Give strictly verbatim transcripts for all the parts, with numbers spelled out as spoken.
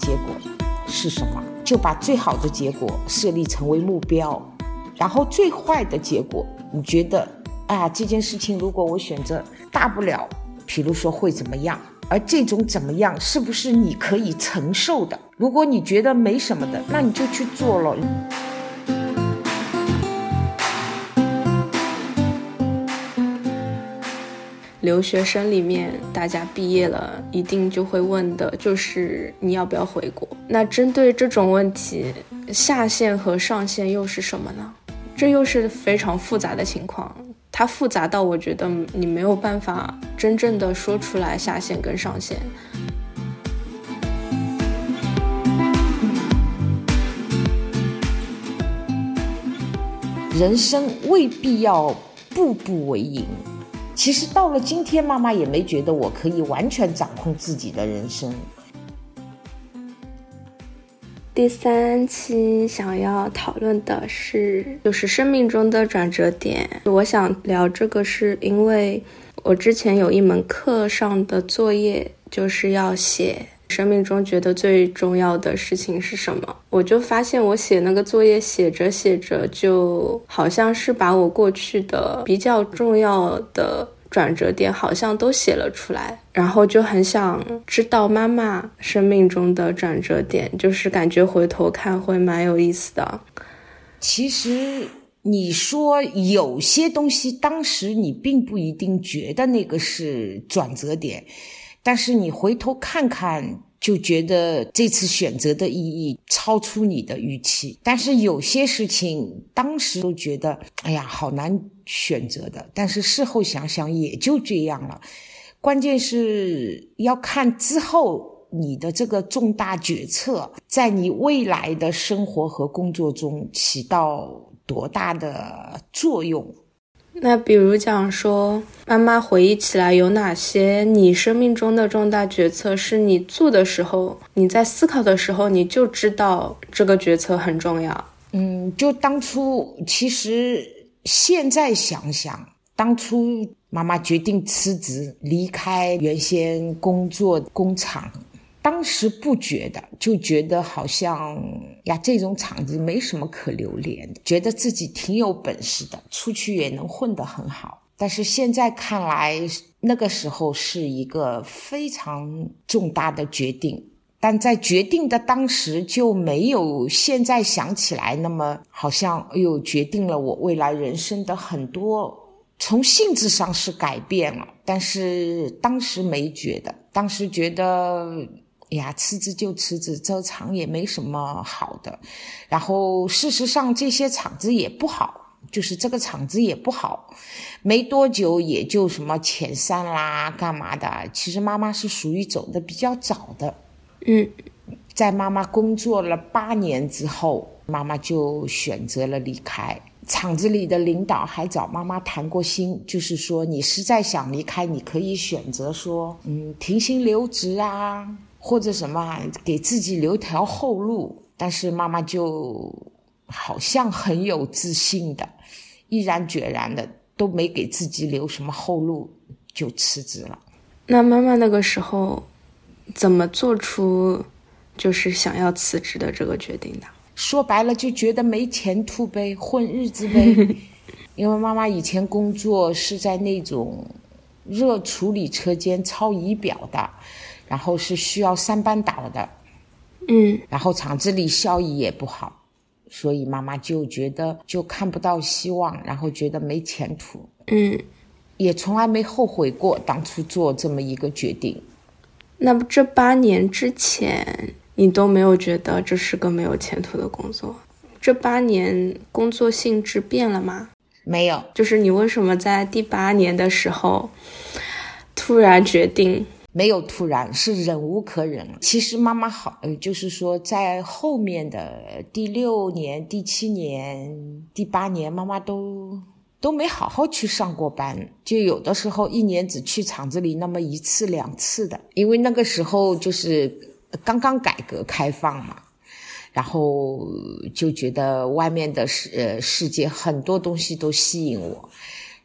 结果是什么，就把最好的结果设立成为目标，然后最坏的结果你觉得啊，这件事情如果我选择，大不了比如说会怎么样，而这种怎么样是不是你可以承受的，如果你觉得没什么的，那你就去做了。 留学生里面大家毕业了一定就会问的就是你要不要回国。那针对这种问题，下限和上限又是什么呢？这又是非常复杂的情况，它复杂到我觉得你没有办法真正的说出来下限跟上限。 人生未必要步步为营，其实到了今天，妈妈也没觉得我可以完全掌控自己的人生。 第三期想要讨论的是就是生命中的转折点。我想聊这个是因为我之前有一门课上的作业就是要写生命中觉得最重要的事情是什么，我就发现我写那个作业写着写着就好像是把我过去的比较重要的转折点好像都写了出来，然后就很想知道妈妈生命中的转折点，就是感觉回头看会蛮有意思的。 其实你说有些东西当时你并不一定觉得那个是转折点，但是你回头看看就觉得这次选择的意义超出你的预期。但是有些事情当时都觉得哎呀好难选择的，但是事后想想也就这样了。关键是要看之后你的这个重大决策在你未来的生活和工作中起到多大的作用。 那比如讲说，妈妈回忆起来有哪些你生命中的重大决策是你做的时候，你在思考的时候你就知道这个决策很重要？ 嗯，就当初其实现在想想，当初妈妈决定辞职离开原先工作工厂，当时不觉得，就觉得好像呀这种厂子没什么可留恋的，觉得自己挺有本事的，出去也能混得很好。但是现在看来，那个时候是一个非常重大的决定，但在决定的当时就没有现在想起来那么好像哎呦决定了我未来人生的很多，从性质上是改变了，但是当时没觉得，当时觉得呀，辞职就辞职，这厂也没什么好的。然后事实上这些厂子也不好，就是这个厂子也不好，没多久也就什么遣散啦干嘛的。其实妈妈是属于走的比较早的。 嗯， 在妈妈工作了八年之后，妈妈就选择了离开。厂子里的领导还找妈妈谈过心，就是说你实在想离开，你可以选择说嗯，停薪留职啊，或者什么给自己留条后路。但是妈妈就好像很有自信的毅然决然的都没给自己留什么后路就辞职了。 那妈妈那个时候怎么做出就是想要辞职的这个决定的？ 说白了就觉得没前途呗，混日子呗。因为妈妈以前工作是在那种热处理车间抄仪表的，然后是需要三班倒的， 嗯， 然后厂子里效益也不好，所以妈妈就觉得就看不到希望，然后觉得没前途。 嗯， 也从来没后悔过当初做这么一个决定。 那这八年之前你都没有觉得这是个没有前途的工作？这八年工作性质变了吗？ 没有。 就是你为什么在第八年的时候突然决定？ 没有突然，是忍无可忍。其实妈妈好，就是说在后面的第六年、第七年、第八年，妈妈都都没好好去上过班，就有的时候一年只去厂子里那么一次两次的。因为那个时候就是刚刚改革开放嘛，然后就觉得外面的世呃世界很多东西都吸引我，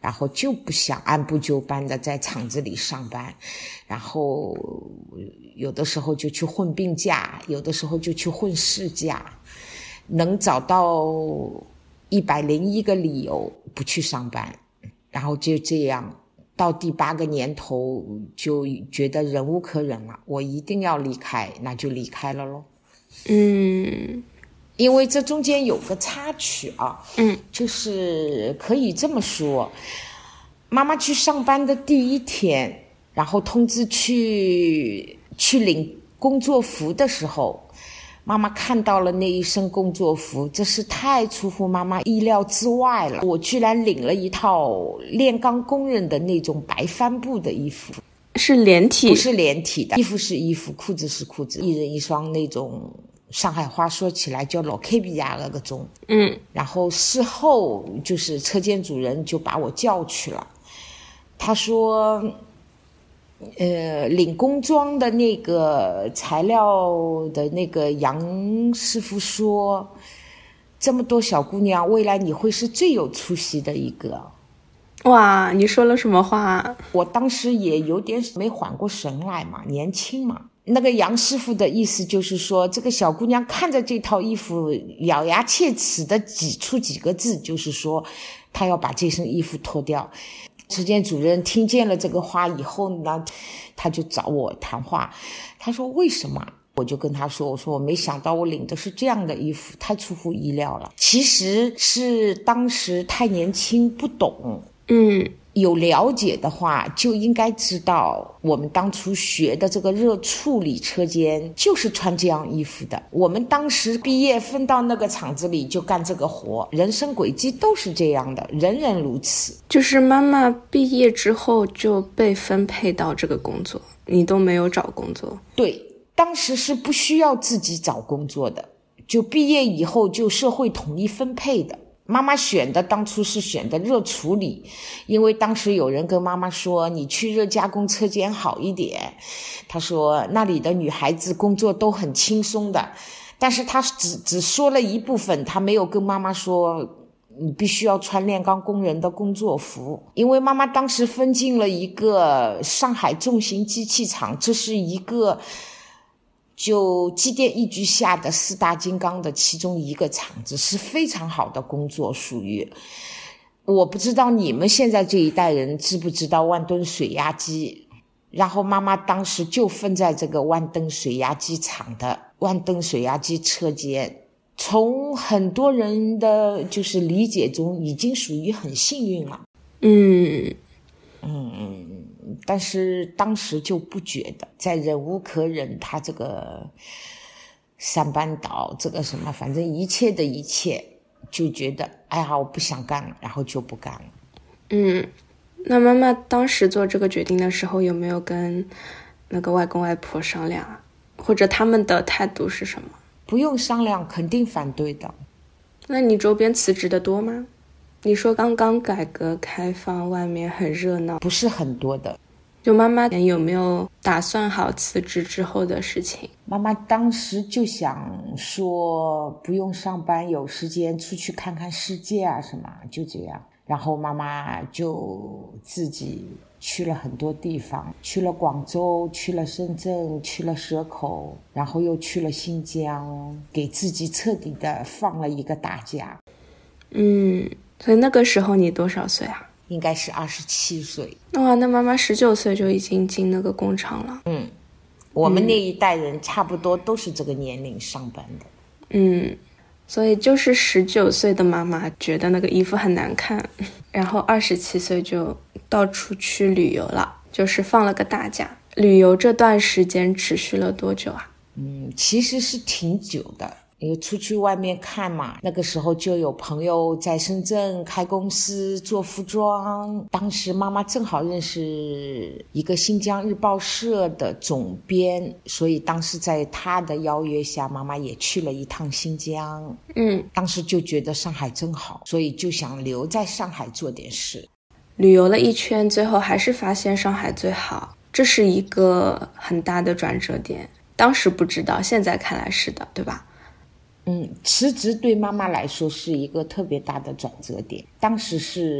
然后就不想按部就班的在厂子里上班，然后有的时候就去混病假，有的时候就去混事假，能找到一百零一个理由不去上班，然后就这样到第八个年头就觉得忍无可忍了，我一定要离开，那就离开了咯。 嗯， 因为这中间有个插曲啊， 嗯， 就是可以这么说，妈妈去上班的第一天，然后通知去去领工作服的时候，妈妈看到了那一身工作服，这是太出乎妈妈意料之外了。我居然领了一套炼钢工人的那种白帆布的衣服， 是连体？ 不是连体的，衣服是衣服，裤子是裤子，一人一双那种上海话说起来叫老 K B 呀那个种。 嗯， 然后事后就是车间主任就把我叫去了，他说呃，领工装的那个材料的那个杨师傅说，这么多小姑娘，未来你会是最有出息的一个。 哇，你说了什么话？ 我当时也有点没缓过神来嘛，年轻嘛。那个杨师傅的意思就是说，这个小姑娘看着这套衣服咬牙切齿的挤出几个字，就是说她要把这身衣服脱掉。车间主任听见了这个话以后呢，他就找我谈话，他说为什么？我就跟他说，我说我没想到我领的是这样的衣服，太出乎意料了。其实是当时太年轻不懂， 嗯， 有了解的话就应该知道，我们当初学的这个热处理车间就是穿这样衣服的。我们当时毕业分到那个厂子里就干这个活，人生轨迹都是这样的，人人如此。 就是妈妈毕业之后就被分配到这个工作，你都没有找工作？ 对，当时是不需要自己找工作的，就毕业以后就社会统一分配的。妈妈选的当初是选的热处理，因为当时有人跟妈妈说你去热加工车间好一点，她说那里的女孩子工作都很轻松的，但是她只只说了一部分，她没有跟妈妈说你必须要穿炼钢工人的工作服。因为妈妈当时分进了一个上海重型机器厂，这是一个就机电一局下的四大金刚的其中一个厂子，是非常好的工作，属于我不知道你们现在这一代人知不知道万吨水压机。然后妈妈当时就分在这个万吨水压机厂的万吨水压机车间，从很多人的就是理解中已经属于很幸运了。 嗯嗯，但是当时就不觉得，在忍无可忍，他这个三班倒这个什么，反正一切的一切，就觉得哎呀我不想干了，然后就不干了。 嗯，那妈妈当时做这个决定的时候有没有跟那个外公外婆商量啊？或者他们的态度是什么？ 不用商量，肯定反对的。 那你周边辞职的多吗？你说刚刚改革开放，外面很热闹， 不是很多的。 就妈妈有没有打算好辞职之后的事情？ 妈妈当时就想说不用上班，有时间出去看看世界啊什么，就这样。然后妈妈就自己去了很多地方，去了广州，去了深圳，去了蛇口，然后又去了新疆，给自己彻底的放了一个大假。 嗯，所以那个时候你多少岁啊？ 应该是二十七岁。 哇，那妈妈十九岁就已经进那个工厂了。 嗯，我们那一代人差不多都是这个年龄上班的。 嗯，所以就是十九岁的妈妈觉得那个衣服很难看，然后二十七岁就到处去旅游了，就是放了个大假。旅游这段时间持续了多久啊？ 嗯，其实是挺久的。因为出去外面看嘛，那个时候就有朋友在深圳开公司做服装，当时妈妈正好认识一个新疆日报社的总编，所以当时在他的邀约下，妈妈也去了一趟新疆。 嗯， 当时就觉得上海真好，所以就想留在上海做点事。 旅游了一圈，最后还是发现上海最好，这是一个很大的转折点。当时不知道，现在看来是的，对吧？ 嗯，辞职对妈妈来说是一个特别大的转折点。当时是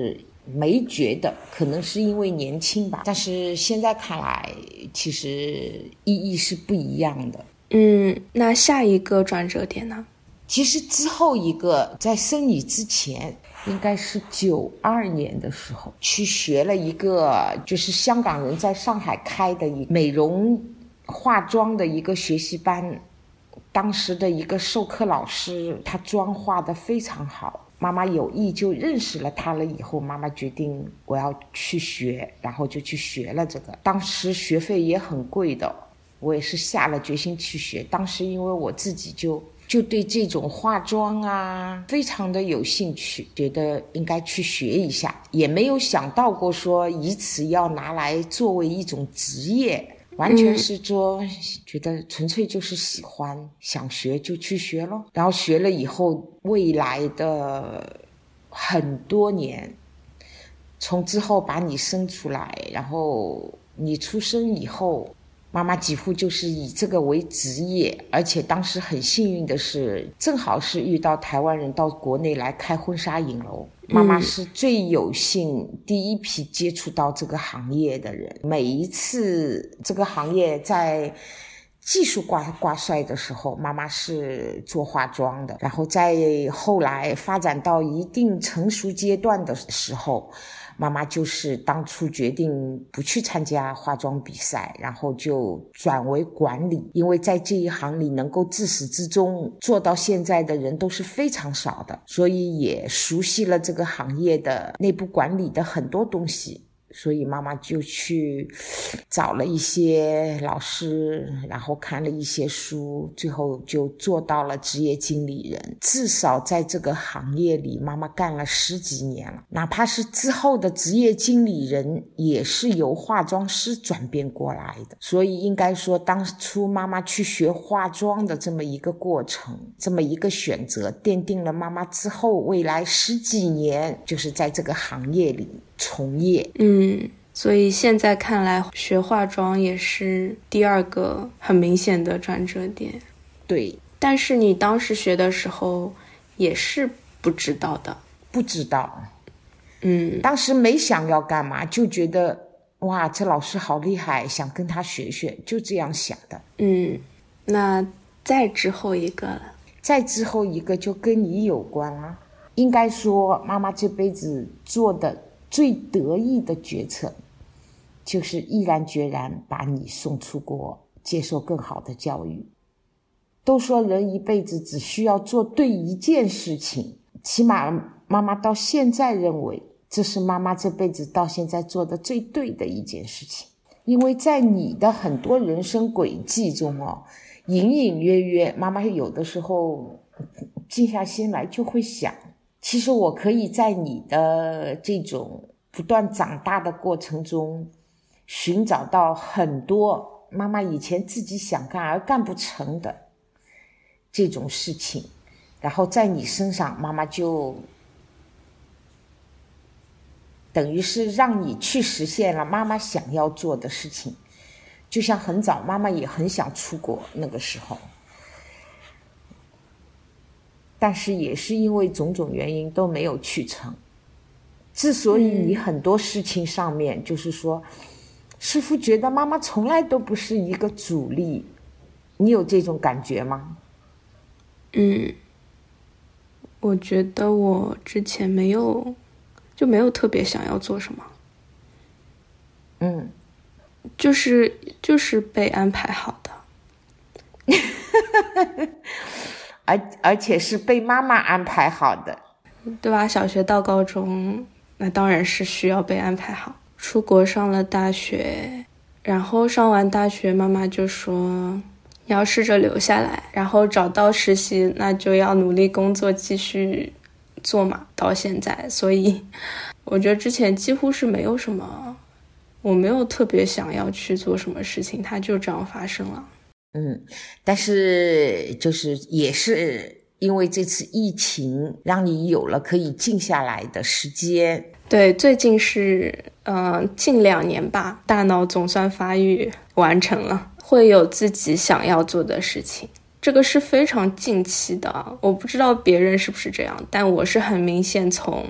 没觉得，可能是因为年轻吧，但是现在看来其实意义是不一样的。 嗯，那下一个转折点呢？ 其实之后一个在生你之前，应该是九二年的时候去学了一个就是香港人在上海开的一美容化妆的一个学习班。当时的一个授课老师他妆化得非常好，妈妈有意就认识了他了，以后妈妈决定我要去学，然后就去学了这个。当时学费也很贵的，我也是下了决心去学。当时因为我自己就就对这种化妆啊非常的有兴趣，觉得应该去学一下，也没有想到过说以此要拿来作为一种职业，完全是说、嗯、觉得纯粹就是喜欢，想学就去学咯。然后学了以后，未来的很多年，从之后把你生出来，然后你出生以后，妈妈几乎就是以这个为职业。而且当时很幸运的是，正好是遇到台湾人到国内来开婚纱影楼，妈妈是最有幸第一批接触到这个行业的人。每一次这个行业在技术挂挂帅的时候，妈妈是做化妆的，然后在后来发展到一定成熟阶段的时候，妈妈就是当初决定不去参加化妆比赛，然后就转为管理。因为在这一行里能够自始至终做到现在的人都是非常少的，所以也熟悉了这个行业的内部管理的很多东西。所以妈妈就去找了一些老师，然后看了一些书，最后就做到了职业经理人。至少在这个行业里，妈妈干了十几年了。哪怕是之后的职业经理人，也是由化妆师转变过来的。所以应该说，当初妈妈去学化妆的这么一个过程，这么一个选择，奠定了妈妈之后未来十几年就是在这个行业里从业。 嗯，所以现在看来学化妆也是第二个很明显的转折点。 对， 但是你当时学的时候也是不知道的。 不知道。 嗯， 当时没想要干嘛，就觉得哇，这老师好厉害，想跟他学学，就这样想的。 嗯，那再之后一个了。 再之后一个就跟你有关了。应该说妈妈这辈子做的最得意的决策，就是毅然决然把你送出国，接受更好的教育。都说人一辈子只需要做对一件事情，起码妈妈到现在认为这是妈妈这辈子到现在做的最对的一件事情。因为在你的很多人生轨迹中哦，隐隐约约妈妈有的时候静下心来就会想，其实我可以在你的这种不断长大的过程中寻找到很多妈妈以前自己想干而干不成的这种事情，然后在你身上妈妈就等于是让你去实现了妈妈想要做的事情。就像很早妈妈也很想出国，那个时候但是也是因为种种原因都没有去成。之所以你很多事情上面、嗯、就是说师父觉得妈妈从来都不是一个主力，你有这种感觉吗？ 嗯，我觉得我之前没有就没有特别想要做什么。 嗯， 就是就是被安排好的。 而而且是被妈妈安排好的， 对吧？小学到高中，那当然是需要被安排好。出国上了大学，然后上完大学，妈妈就说你要试着留下来，然后找到实习，那就要努力工作继续做嘛。到现在，所以我觉得之前几乎是没有什么，我没有特别想要去做什么事情，它就这样发生了。 嗯，但是就是也是因为这次疫情让你有了可以静下来的时间。 对，最近是呃近两年吧，大脑总算发育完成了，会有自己想要做的事情。这个是非常近期的，我不知道别人是不是这样，但我是很明显从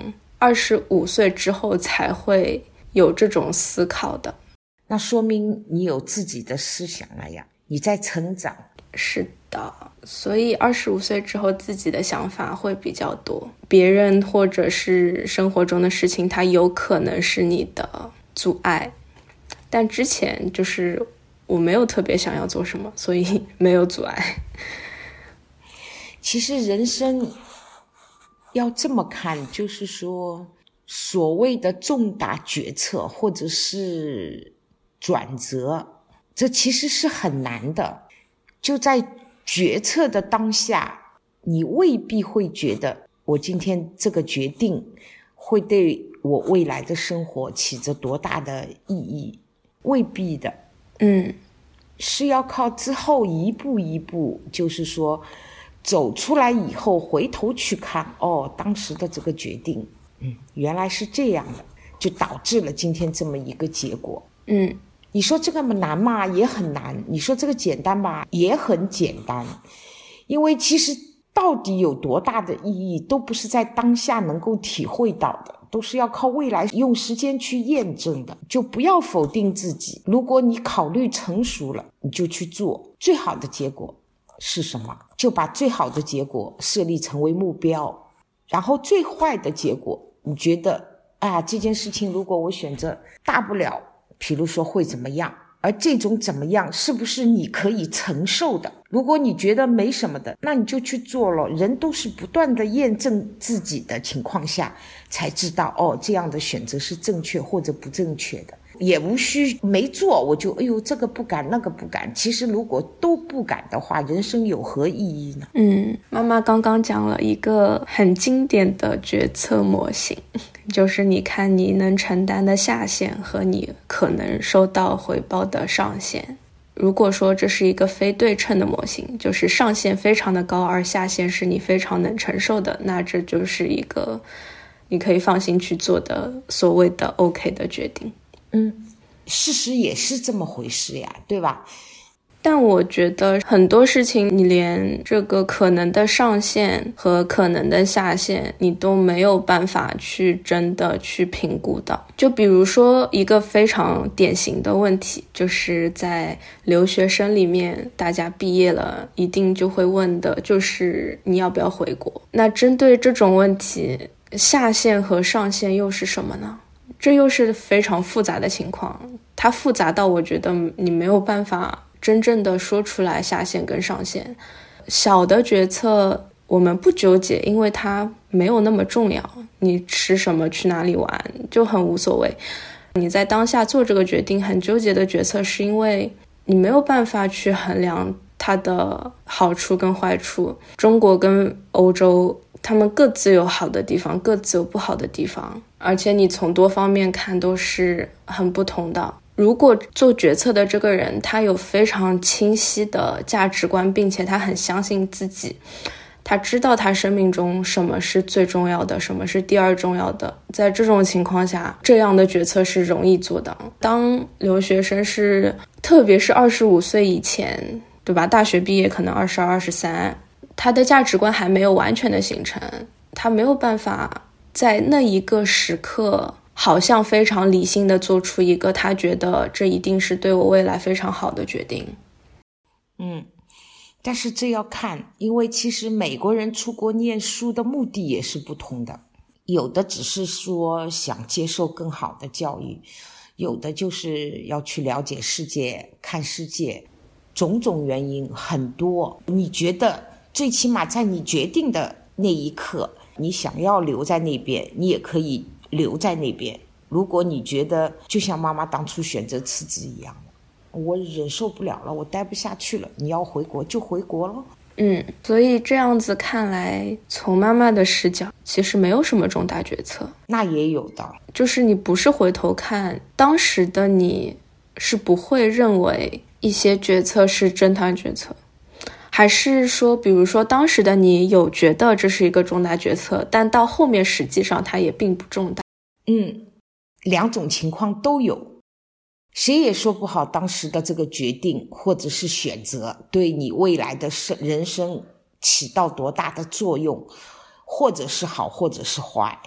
二十五岁之后才会有这种思考的。 那说明你有自己的思想了呀，你在成长。 是的，所以二十五岁之后自己的想法会比较多，别人或者是生活中的事情它有可能是你的阻碍，但之前就是我没有特别想要做什么，所以没有阻碍。 其实人生要这么看，就是说所谓的重大决策或者是转折，这其实是很难的。就在决策的当下，你未必会觉得我今天这个决定会对我未来的生活起着多大的意义，未必的。 嗯， 是要靠之后一步一步，就是说走出来以后回头去看，哦，当时的这个决定，嗯，原来是这样的，就导致了今天这么一个结果。 嗯， 你说这个难吗？也很难。你说这个简单吧，也很简单。因为其实到底有多大的意义，都不是在当下能够体会到的，都是要靠未来用时间去验证的。就不要否定自己，如果你考虑成熟了，你就去做。最好的结果是什么？就把最好的结果设立成为目标。然后最坏的结果，你觉得啊，这件事情如果我选择，大不了比如说会怎么样，而这种怎么样是不是你可以承受的？如果你觉得没什么的，那你就去做了。人都是不断的验证自己的情况下才知道，哦，这样的选择是正确或者不正确的。也无需没做我就哎呦这个不敢那个不敢，其实如果都不敢的话，人生有何意义呢？ 嗯，妈妈刚刚讲了一个很经典的决策模型，就是你看你能承担的下限和你可能收到回报的上限。如果说这是一个非对称的模型，就是上限非常的高，而下限是你非常能承受的，那这就是一个你可以放心去做的所谓的 OK 的决定。 嗯，事实也是这么回事呀，对吧？ 但我觉得很多事情你连这个可能的上限和可能的下限你都没有办法去真的去评估到。就比如说一个非常典型的问题，就是在留学生里面大家毕业了一定就会问的就是你要不要回国。那针对这种问题，下限和上限又是什么呢？这又是非常复杂的情况，它复杂到我觉得你没有办法真正的说出来下限跟上限。小的决策我们不纠结，因为它没有那么重要，你吃什么去哪里玩就很无所谓。你在当下做这个决定很纠结的决策，是因为你没有办法去衡量它的好处跟坏处。中国跟欧洲他们各自有好的地方，各自有不好的地方，而且你从多方面看都是很不同的。如果做决策的这个人他有非常清晰的价值观，并且他很相信自己，他知道他生命中什么是最重要的，什么是第二重要的，在这种情况下这样的决策是容易做的。当留学生是特别是二十五岁以前，对吧，大学毕业可能二十二、二十三，他的价值观还没有完全的形成，他没有办法在那一个时刻好像非常理性的做出一个他觉得这一定是对我未来非常好的决定。 嗯，但是这要看，因为其实美国人出国念书的目的也是不同的，有的只是说想接受更好的教育，有的就是要去了解世界，看世界，种种原因很多。你觉得最起码在你决定的那一刻，你想要留在那边，你也可以留在那边。如果你觉得就像妈妈当初选择辞职一样，我忍受不了了，我待不下去了，你要回国就回国了。 嗯，所以这样子看来，从妈妈的视角，其实没有什么重大决策。 那也有的， 就是你不是回头看，当时的你是不会认为一些决策是重大决策，还是说比如说当时的你有觉得这是一个重大决策，但到后面实际上它也并不重大。 嗯，两种情况都有，谁也说不好当时的这个决定或者是选择对你未来的人生起到多大的作用，或者是好或者是坏。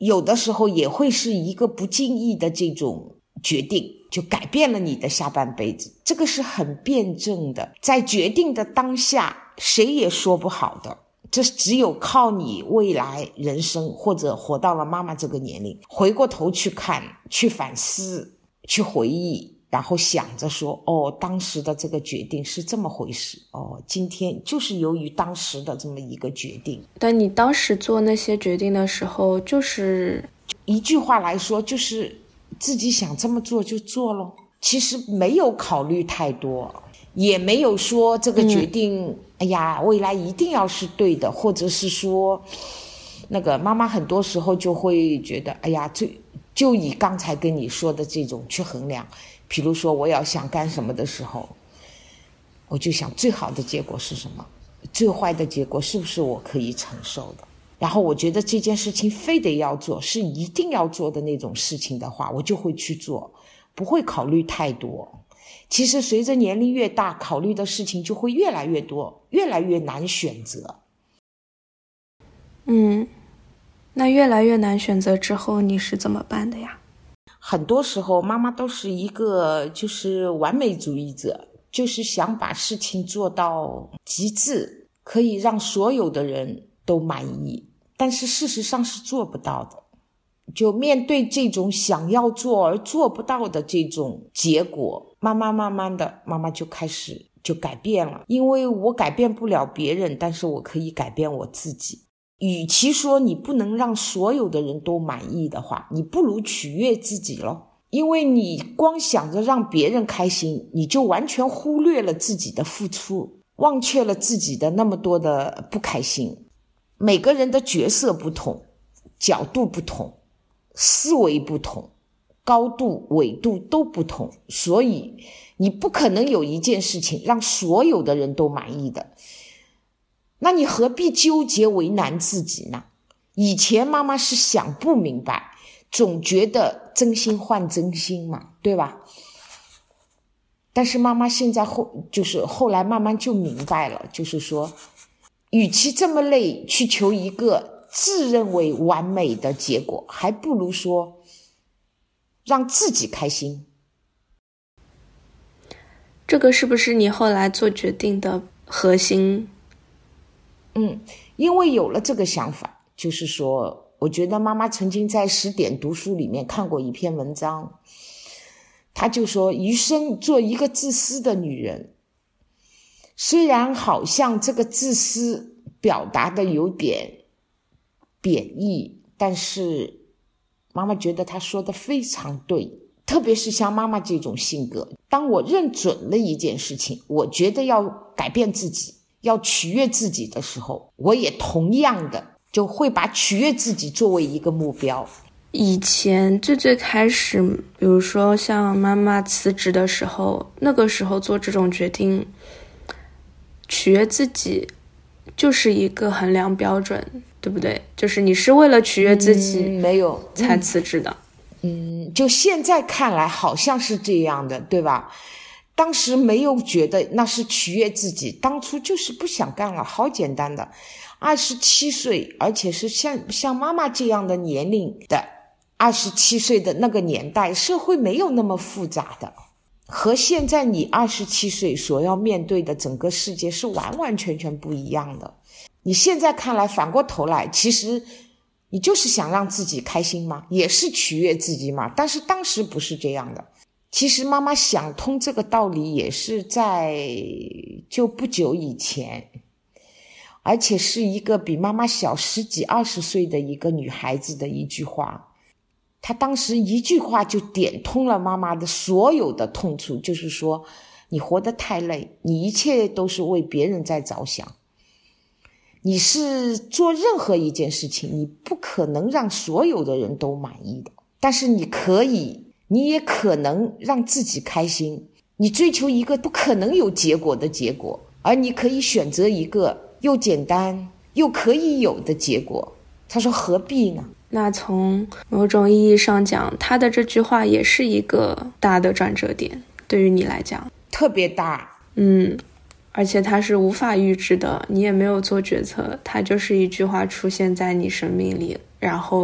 有的时候也会是一个不经意的这种决定，就改变了你的下半辈子，这个是很辩证的，在决定的当下谁也说不好的，这只有靠你未来人生或者活到了妈妈这个年龄，回过头去看，去反思，去回忆，然后想着说，哦，当时的这个决定是这么回事，哦，今天就是由于当时的这么一个决定。 但你当时做那些决定的时候，就是一句话来说，就是自己想这么做就做咯，其实没有考虑太多，也没有说这个决定、嗯、哎呀未来一定要是对的，或者是说那个妈妈很多时候就会觉得，哎呀就就以刚才跟你说的这种去衡量，比如说我要想干什么的时候，我就想最好的结果是什么，最坏的结果是不是我可以承受的，然后我觉得这件事情非得要做，是一定要做的那种事情的话，我就会去做，不会考虑太多。其实随着年龄越大，考虑的事情就会越来越多，越来越难选择。 嗯，那越来越难选择之后你是怎么办的呀？ 很多时候妈妈都是一个就是完美主义者，就是想把事情做到极致，可以让所有的人都满意，但是事实上是做不到的。就面对这种想要做而做不到的这种结果，慢慢慢慢的妈妈就开始就改变了，因为我改变不了别人，但是我可以改变我自己。与其说你不能让所有的人都满意的话，你不如取悦自己咯，因为你光想着让别人开心，你就完全忽略了自己的付出，忘却了自己的那么多的不开心。每个人的角色不同，角度不同，思维不同，高度纬度都不同，所以你不可能有一件事情让所有的人都满意的，那你何必纠结为难自己呢？以前妈妈是想不明白，总觉得真心换真心嘛，对吧？但是妈妈现在后就是后来慢慢就明白了，就是说与其这么累去求一个自认为完美的结果，还不如说让自己开心。 这个是不是你后来做决定的核心？ 嗯，因为有了这个想法，就是说我觉得妈妈曾经在十点读书里面看过一篇文章，她就说余生做一个自私的女人，虽然好像这个自私表达的有点贬义，但是妈妈觉得她说的非常对，特别是像妈妈这种性格，当我认准了一件事情，我觉得要改变自己，要取悦自己的时候，我也同样的就会把取悦自己作为一个目标。 以前最最开始，比如说像妈妈辞职的时候，那个时候做这种决定，取悦自己就是一个衡量标准，对不对？就是你是为了取悦自己、 嗯、没有才辞职的。 嗯，就现在看来好像是这样的，对吧？当时没有觉得那是取悦自己，当初就是不想干了，好简单的。二十七岁，而且是像像妈妈这样的年龄的二十七岁的那个年代，社会没有那么复杂的，和现在你二十七岁所要面对的整个世界是完完全全不一样的。你现在看来，反过头来，其实你就是想让自己开心嘛，也是取悦自己嘛，但是当时不是这样的。其实妈妈想通这个道理也是在就不久以前，而且是一个比妈妈小十几二十岁的一个女孩子的一句话，她当时一句话就点通了妈妈的所有的痛处，就是说你活得太累，你一切都是为别人在着想，你是做任何一件事情你不可能让所有的人都满意的，但是你可以你也可能让自己开心，你追求一个不可能有结果的结果，而你可以选择一个又简单又可以有的结果。他说何必呢？ 那从某种意义上讲，他的这句话也是一个大的转折点，对于你来讲特别大。 嗯，而且它是无法预知的，你也没有做决策，它就是一句话出现在你生命里，然后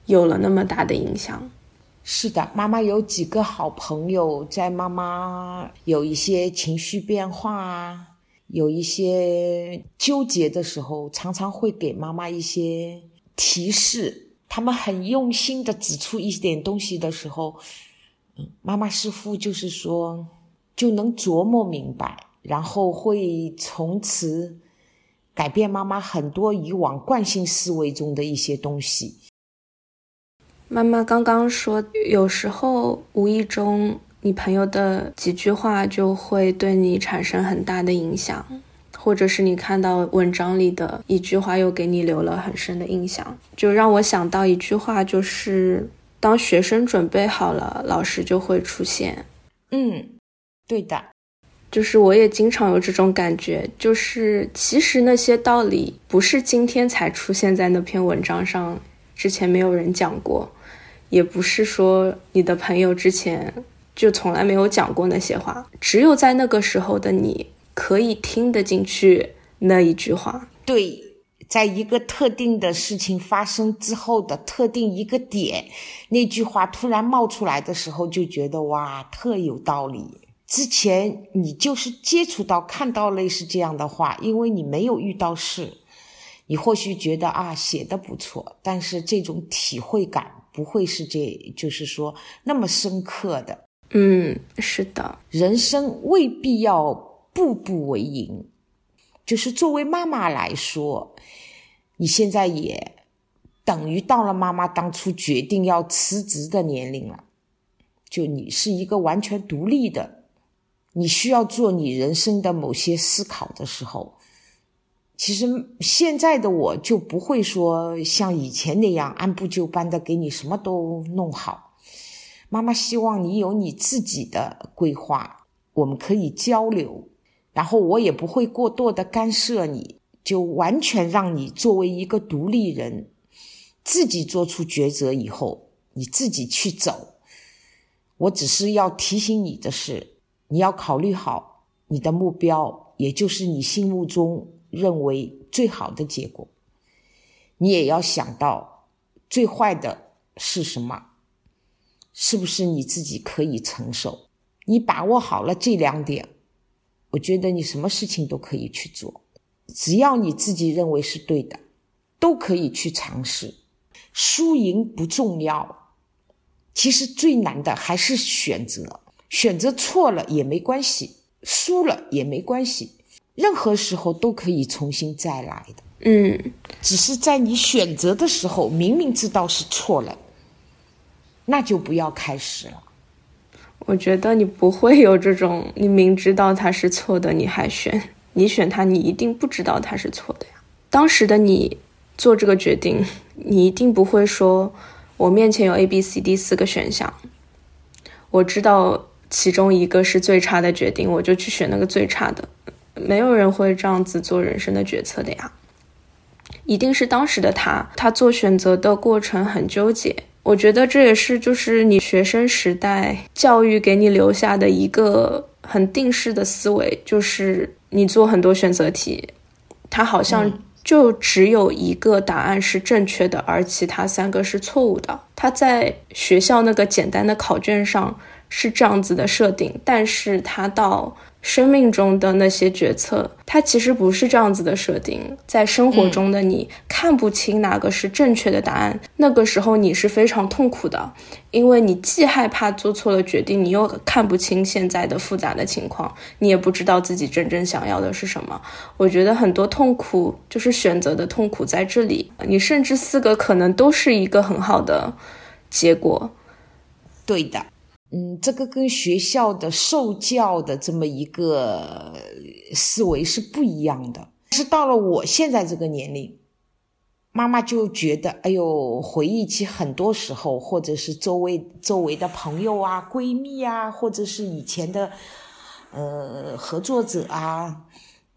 有了那么大的影响。 是的，妈妈有几个好朋友，在妈妈有一些情绪变化啊，有一些纠结的时候，常常会给妈妈一些提示。他们很用心的指出一点东西的时候，妈妈师父就是说就能琢磨明白，然后会从此改变妈妈很多以往惯性思维中的一些东西。 妈妈刚刚说，有时候无意中你朋友的几句话就会对你产生很大的影响，或者是你看到文章里的一句话又给你留了很深的印象。就让我想到一句话，就是当学生准备好了，老师就会出现。 嗯，对的。 就是我也经常有这种感觉，就是其实那些道理不是今天才出现在那篇文章上，之前没有人讲过，也不是说你的朋友之前就从来没有讲过那些话，只有在那个时候的你可以听得进去那一句话。 对，在一个特定的事情发生之后的特定一个点，那句话突然冒出来的时候，就觉得哇，特有道理。之前你就是接触到看到类似这样的话，因为你没有遇到事，你或许觉得啊写得不错，但是这种体会感不会是这就是说那么深刻的。 嗯，是的， 人生未必要步步为营。就是作为妈妈来说，你现在也等于到了妈妈当初决定要辞职的年龄了，就你是一个完全独立的，你需要做你人生的某些思考的时候，其实现在的我就不会说像以前那样按部就班的给你什么都弄好。妈妈希望你有你自己的规划，我们可以交流，然后我也不会过多的干涉你，就完全让你作为一个独立人自己做出抉择以后你自己去走。我只是要提醒你的是，你要考虑好你的目标，也就是你心目中认为最好的结果，你也要想到最坏的是什么，是不是你自己可以承受。你把握好了这两点，我觉得你什么事情都可以去做，只要你自己认为是对的，都可以去尝试。输赢不重要，其实最难的还是选择，选择错了也没关系，输了也没关系，任何时候都可以重新再来的。 嗯， 只是在你选择的时候明明知道是错了，那就不要开始了。 我觉得你不会有这种你明知道它是错的你还选，你选它你一定不知道它是错的呀。当时的你做这个决定，你一定不会说我面前有 A B C D 四个选项，我知道其中一个是最差的决定，我就去选那个最差的。没有人会这样子做人生的决策的呀。一定是当时的他他做选择的过程很纠结。我觉得这也是就是你学生时代教育给你留下的一个很定式的思维，就是你做很多选择题，它好像就只有一个答案是正确的，而其他三个是错误的。它在学校那个简单的考卷上是这样子的设定，但是它到生命中的那些决策，它其实不是这样子的设定。在生活中的你看不清哪个是正确的答案，嗯、那个时候你是非常痛苦的，因为你既害怕做错了决定，你又看不清现在的复杂的情况，你也不知道自己真正想要的是什么。我觉得很多痛苦就是选择的痛苦在这里，你甚至四个可能都是一个很好的结果。 对的。嗯，这个跟学校的受教的这么一个思维是不一样的。是到了我现在这个年龄，妈妈就觉得，哎呦，回忆起很多时候，或者是周围周围的朋友啊、闺蜜啊，或者是以前的呃合作者啊，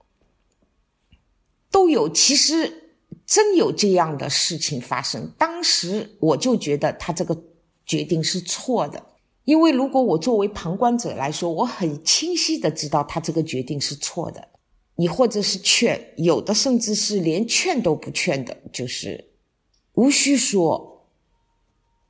都有，其实真有这样的事情发生。当时我就觉得他这个决定是错的。因为如果我作为旁观者来说，我很清晰的知道他这个决定是错的。你或者是劝，有的甚至是连劝都不劝的，就是无需说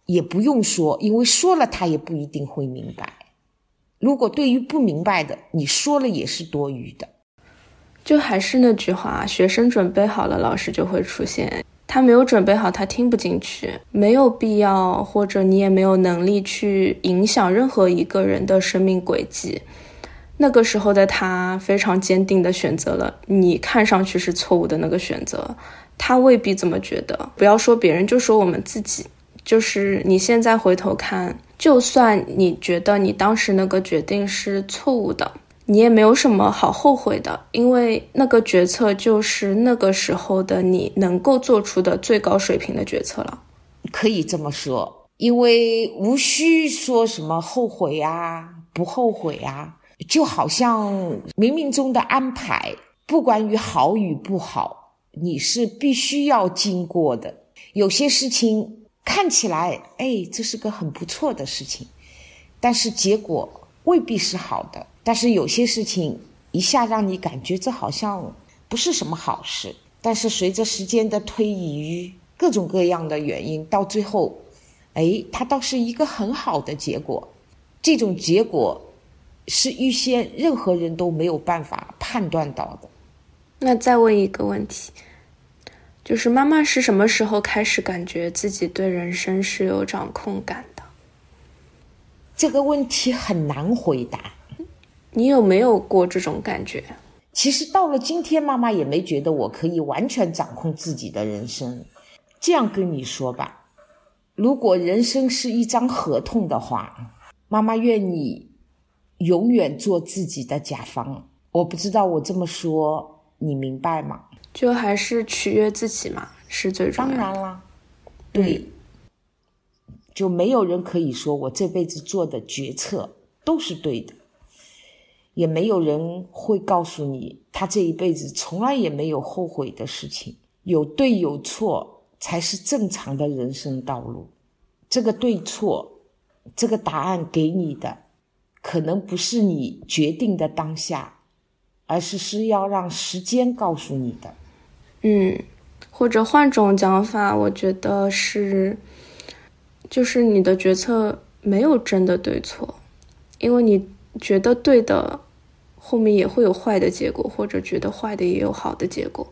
也不用说，因为说了他也不一定会明白。如果对于不明白的，你说了也是多余的。 就还是那句话，学生准备好了，老师就会出现。他没有准备好，他听不进去，没有必要，或者你也没有能力去影响任何一个人的生命轨迹。那个时候的他非常坚定地选择了你看上去是错误的那个选择，他未必这么觉得。不要说别人，就说我们自己，就是你现在回头看，就算你觉得你当时那个决定是错误的，你也没有什么好后悔的，因为那个决策就是那个时候的你能够做出的最高水平的决策了。 可以这么说，因为无需说什么后悔啊，不后悔啊，就好像冥冥中的安排，不管于好与不好，你是必须要经过的。有些事情看起来，哎，这是个很不错的事情，但是结果未必是好的。但是有些事情一下让你感觉这好像不是什么好事，但是随着时间的推移，各种各样的原因，到最后，哎，它倒是一个很好的结果。这种结果是预先任何人都没有办法判断到的。 那再问一个问题，就是妈妈是什么时候开始感觉自己对人生是有掌控感的？ 这个问题很难回答。 你有没有过这种感觉？ 其实到了今天，妈妈也没觉得我可以完全掌控自己的人生。这样跟你说吧，如果人生是一张合同的话，妈妈愿意永远做自己的甲方。我不知道我这么说你明白吗？ 就还是取悦自己嘛，是最重要的。 当然啦，对、嗯、就没有人可以说我这辈子做的决策都是对的，也没有人会告诉你他这一辈子从来也没有后悔的事情。有对有错才是正常的人生道路。这个对错，这个答案给你的可能不是你决定的当下，而是是要让时间告诉你的。 嗯，或者换种讲法，我觉得是就是你的决策没有真的对错，因为你觉得对的后面也会有坏的结果，或者觉得坏的也有好的结果。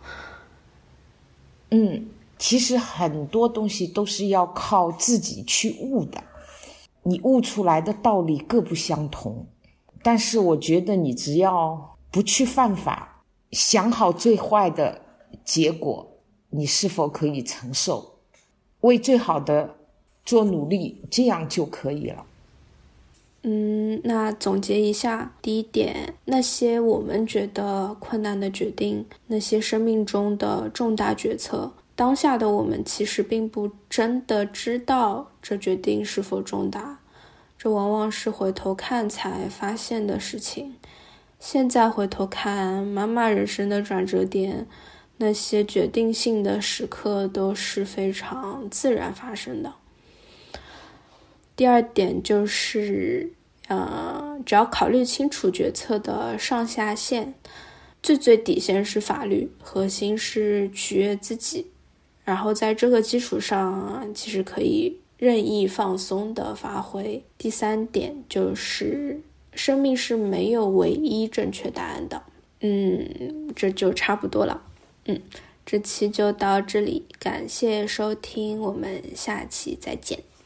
嗯，其实很多东西都是要靠自己去悟的，你悟出来的道理各不相同，但是我觉得你只要不去犯法，想好最坏的结果你是否可以承受，为最好的做努力，这样就可以了。 嗯，那总结一下，第一点，那些我们觉得困难的决定，那些生命中的重大决策，当下的我们其实并不真的知道这决定是否重大，这往往是回头看才发现的事情。现在回头看，妈妈人生的转折点，那些决定性的时刻都是非常自然发生的。第二点就是呃，只要考虑清楚决策的上下限，最最底线是法律，核心是取悦自己，然后在这个基础上其实可以任意放松的发挥。第三点就是生命是没有唯一正确答案的。嗯，这就差不多了。嗯，这期就到这里，感谢收听，我们下期再见。